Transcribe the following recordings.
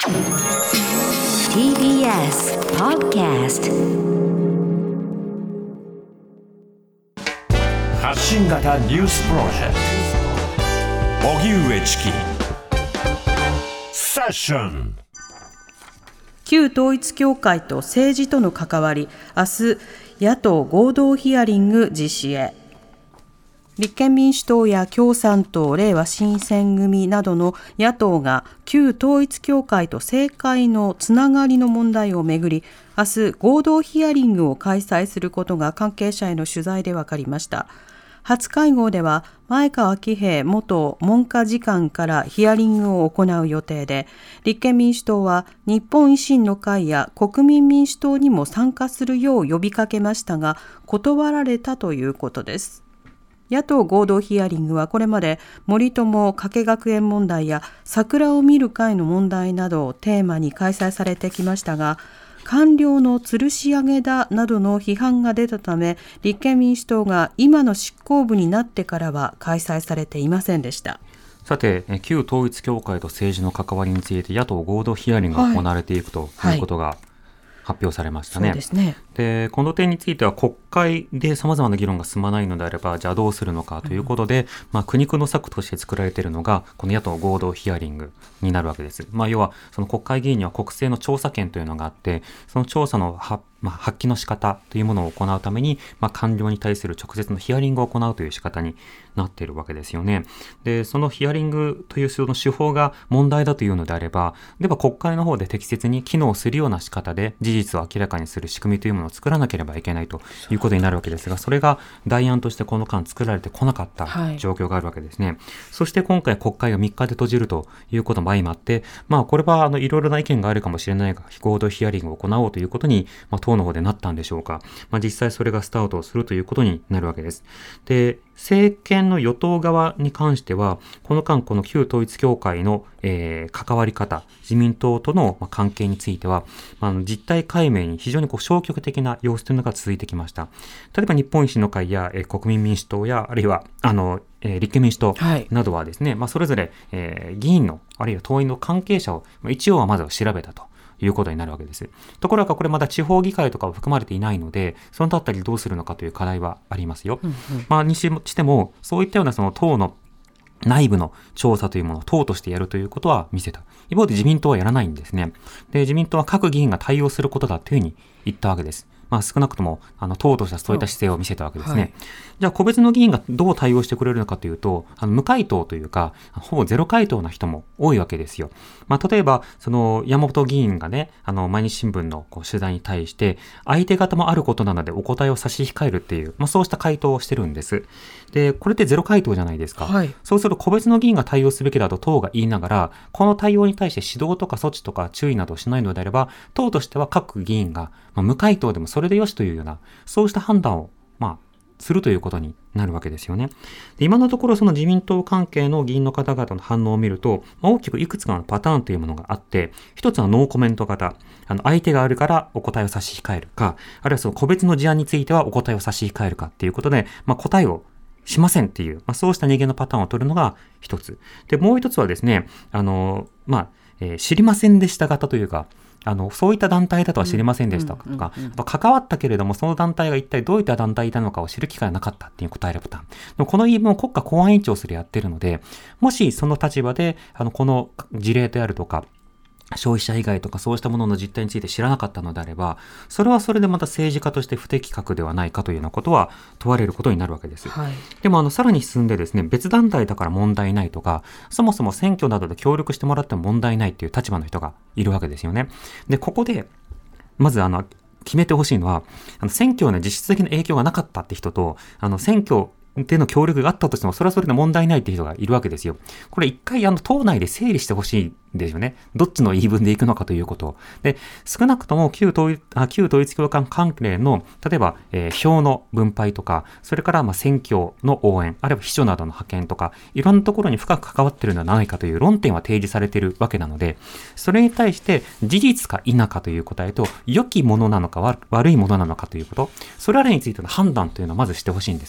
TBS Podcast 発信型ニュースプロジェクト荻上チキセッション。 旧統一教会と政治との関わり、明日野党合同ヒアリング実施へ。立憲民主党や共産党、れいわ新選組などの野党が旧統一教会と政界のつながりの問題をめぐり、明日合同ヒアリングを開催することが関係者への取材で分かりました。初会合では前川喜平元文科次官からヒアリングを行う予定で、立憲民主党は日本維新の会や国民民主党にも参加するよう呼びかけましたが、断られたということです。野党合同ヒアリングはこれまで森友加計学園問題や桜を見る会の問題などをテーマに開催されてきましたが、官僚の吊るし上げだなどの批判が出たため、立憲民主党が今の執行部になってからは開催されていませんでした。 さて、旧統一教会と政治の関わりについて野党合同ヒアリングが行われていくということが発表されましたね。 そうですね。 で、この点については国会で様々な議論が進まないのであれば、じゃあどうするのかということで、苦肉の策として作られているのがこの野党合同ヒアリングになるわけです。要はその国会議員には国政の調査権というのがあって、その調査の発揮の仕方というものを行うために、官僚に対する直接のヒアリングを行うという仕方になっているわけですよね。で、そのヒアリングというその手法が問題だというのであれば、では国会の方で適切に機能するような仕方で事実を明らかにする仕組みというものを作らなければいけないということになるわけですが、それが代案としてこの間作られてこなかった状況があるわけですね。そして今回国会を3日で閉じるということも相まって、これはいろいろな意見があるかもしれないが、合同ヒアリングを行おうということに、党の方でなったんでしょうか。実際それがスタートをするということになるわけです。で、政権の与党側に関しては、この間この旧統一教会の、関わり方、自民党との関係については、実態解明に非常に消極的な様子というのが続いてきました。例えば日本維新の会や、国民民主党や、あるいは立憲民主党などはですね、それぞれ、議員のあるいは党員の関係者を一応はまずは調べたということになるわけです。ところがこれまだ地方議会とかは含まれていないので、そのあたりどうするのかという課題はありますよ。にしてもそういったようなその党の内部の調査というものを党としてやるということは見せた。一方で自民党はやらないんですね。で、自民党は各議員が対応することだというふうに言ったわけです。少なくとも党としてはそういった姿勢を見せたわけですね。じゃあ個別の議員がどう対応してくれるのかというと、無回答というかほぼゼロ回答な人も多いわけですよ。例えばその山本議員がね、毎日新聞の取材に対して相手方もあることなのでお答えを差し控えるっていう、そうした回答をしてるんです。で、これってゼロ回答じゃないですか。そうすると個別の議員が対応すべきだと党が言いながら、この対応に対して指導とか措置とか注意などをしないのであれば、党としては各議員が、無回答でもそれでよしというような、そうした判断をするということになるわけですよね。で、今のところその自民党関係の議員の方々の反応を見ると、大きくいくつかのパターンというものがあって、一つはノーコメント型、相手があるからお答えを差し控えるか、あるいはその個別の事案についてはお答えを差し控えるかっていうことで、答えをしませんっていう、そうした逃げのパターンを取るのが一つ。で、もう一つはですね、知りませんでした型というか、そういった団体だとは知りませんでしたとか、関わったけれどもその団体が一体どういった団体なのかを知る機会がなかったっていう答えるパターン。でもこの言い分を国家公安委員長するやってるので、もしその立場でこの事例であるとか消費者被害とかそうしたものの実態について知らなかったのであれば、それはそれでまた政治家として不適格ではないかというようなことは問われることになるわけです。でもさらに進んでですね、別団体だから問題ないとか、そもそも選挙などで協力してもらっても問題ないっていう立場の人がいるわけですよね。で、ここでまず決めてほしいのは、選挙の実質的な影響がなかったって人と、選挙での協力があったとしてもそれはそれで問題ないっていう人がいるわけですよ。これ一回党内で整理してほしいんですよね。どっちの言い分でいくのかということを。で、少なくとも旧統一教会関連の例えば、票の分配とか、それから選挙の応援、あるいは秘書などの派遣とか、いろんなところに深く関わっているのではないかという論点は提示されているわけなので、それに対して事実か否かという答えと、良きものなのか悪いものなのかということ、それらについての判断というのをまずしてほしいんです。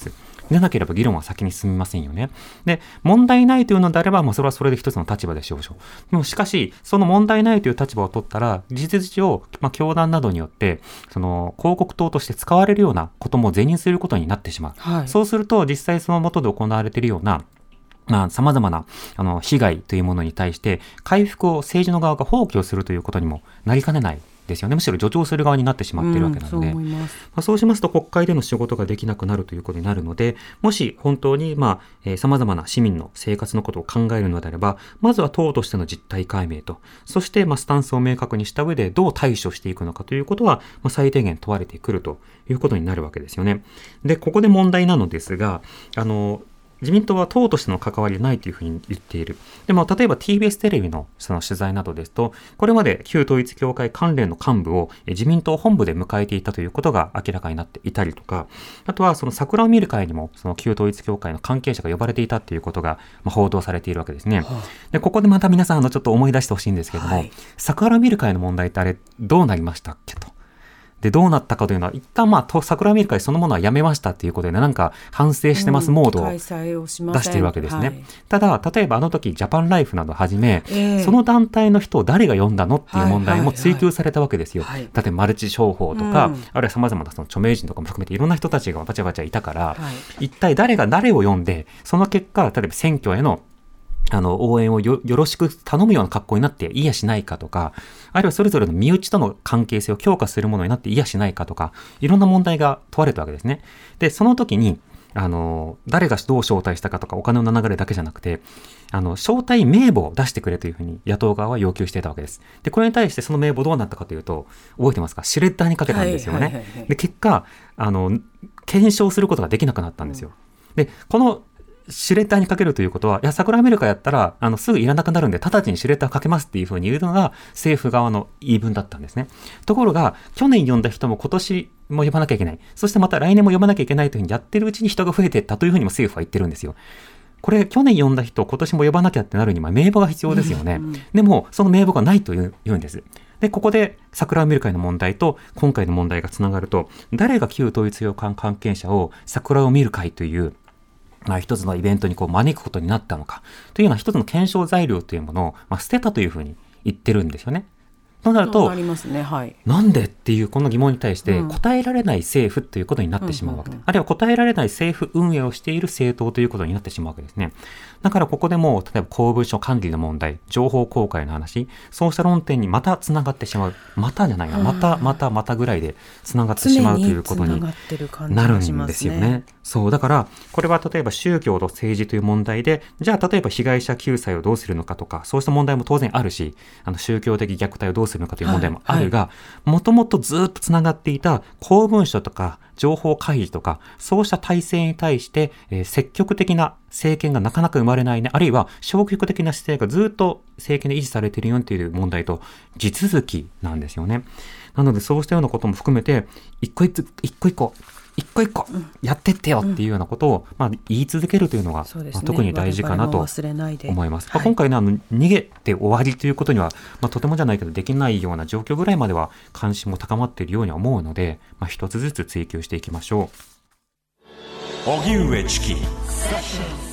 でなければ議論は先に進みませんよね。で、問題ないというのであれば、それはそれで一つの立場でしょう。でもしかし、その問題ないという立場を取ったら、事実上、教団などによって、その広告塔として使われるようなことも是認することになってしまう。 はい、 そうすると、実際その下で行われているような、様々な、被害というものに対して、回復を政治の側が放棄をするということにもなりかねないですよね。むしろ助長する側になってしまっているわけなので、そうしますと国会での仕事ができなくなるということになるので、もし本当に様々な市民の生活のことを考えるのであれば、まずは党としての実態解明と、そしてスタンスを明確にした上でどう対処していくのかということは、最低限問われてくるということになるわけですよね。で、ここで問題なのですが、自民党は党としての関わりはないというふうに言っている。でも、例えば TBS テレビのその取材などですと、これまで旧統一教会関連の幹部を自民党本部で迎えていたということが明らかになっていたりとか、あとはその桜を見る会にもその旧統一教会の関係者が呼ばれていたということが報道されているわけですね。で、ここでまた皆さんちょっと思い出してほしいんですけれども、桜を見る会の問題ってあれどうなりましたっけと。で、どうなったかというのは、一旦桜見る会そのものはやめましたっていうことでね、なんか反省してますモードを出しているわけですね。ただ、例えばあの時ジャパンライフなどはじめ、その団体の人を誰が呼んだのっていう問題も追及されたわけですよ。例えばマルチ商法とか、あるいは様々なその著名人とかも含めていろんな人たちがバチャバチャいたから、一体誰が誰を呼んで、その結果、例えば選挙への応援をよろしく頼むような格好になっていやしないかとか、あるいはそれぞれの身内との関係性を強化するものになっていやしないかとか、いろんな問題が問われたわけですね。で、その時に、誰がどう招待したかとかお金の流れだけじゃなくて、招待名簿を出してくれというふうに野党側は要求していたわけです。で、これに対してその名簿どうなったかというと、覚えてますか？シュレッダーにかけたんですよね。で、結果、検証することができなくなったんですよ。で、このシュレッダーにかけるということは、いや、桜見る会やったら、すぐいらなくなるんで、直ちにシュレッダーかけますっていうふうに言うのが政府側の言い分だったんですね。ところが、去年呼んだ人も今年も呼ばなきゃいけない。そしてまた来年も呼ばなきゃいけないというふうにやってるうちに人が増えていったというふうにも政府は言ってるんですよ。これ、去年呼んだ人、今年も呼ばなきゃってなるには名簿が必要ですよね。でも、その名簿がないと言うんです。で、ここで桜を見る会の問題と今回の問題がつながると、誰が旧統一教会関係者を桜を見る会という一つのイベントに招くことになったのかというような一つの検証材料というものを捨てたというふうに言ってるんですよね。となると、なんでっていうこの疑問に対して答えられない政府ということになってしまうわけで、あるいは答えられない政府運営をしている政党ということになってしまうわけですね。だからここでも例えば公文書管理の問題、情報公開の話、そうした論点にまたつながってしまう、またぐらいでつながってしまうということになるんですよね。そうだからこれは例えば宗教と政治という問題で、じゃあ例えば被害者救済をどうするのかとか、そうした問題も当然あるし、宗教的虐待をどうするのかという問題もあるが、もともとずっとつながっていた公文書とか情報開示とか、そうした体制に対して、積極的な政権がなかなか生まれないね、あるいは消極的な姿勢がずっと政権で維持されているよという問題と地続きなんですよね。なのでそうしたようなことも含めて、一個一個やってってよっていうようなことを、言い続けるというのが、特に大事かなと思います。今回逃げて終わりということには、とてもじゃないけどできないような状況ぐらいまでは関心も高まっているようには思うので、一つずつ追求していきましょう。 荻上チキ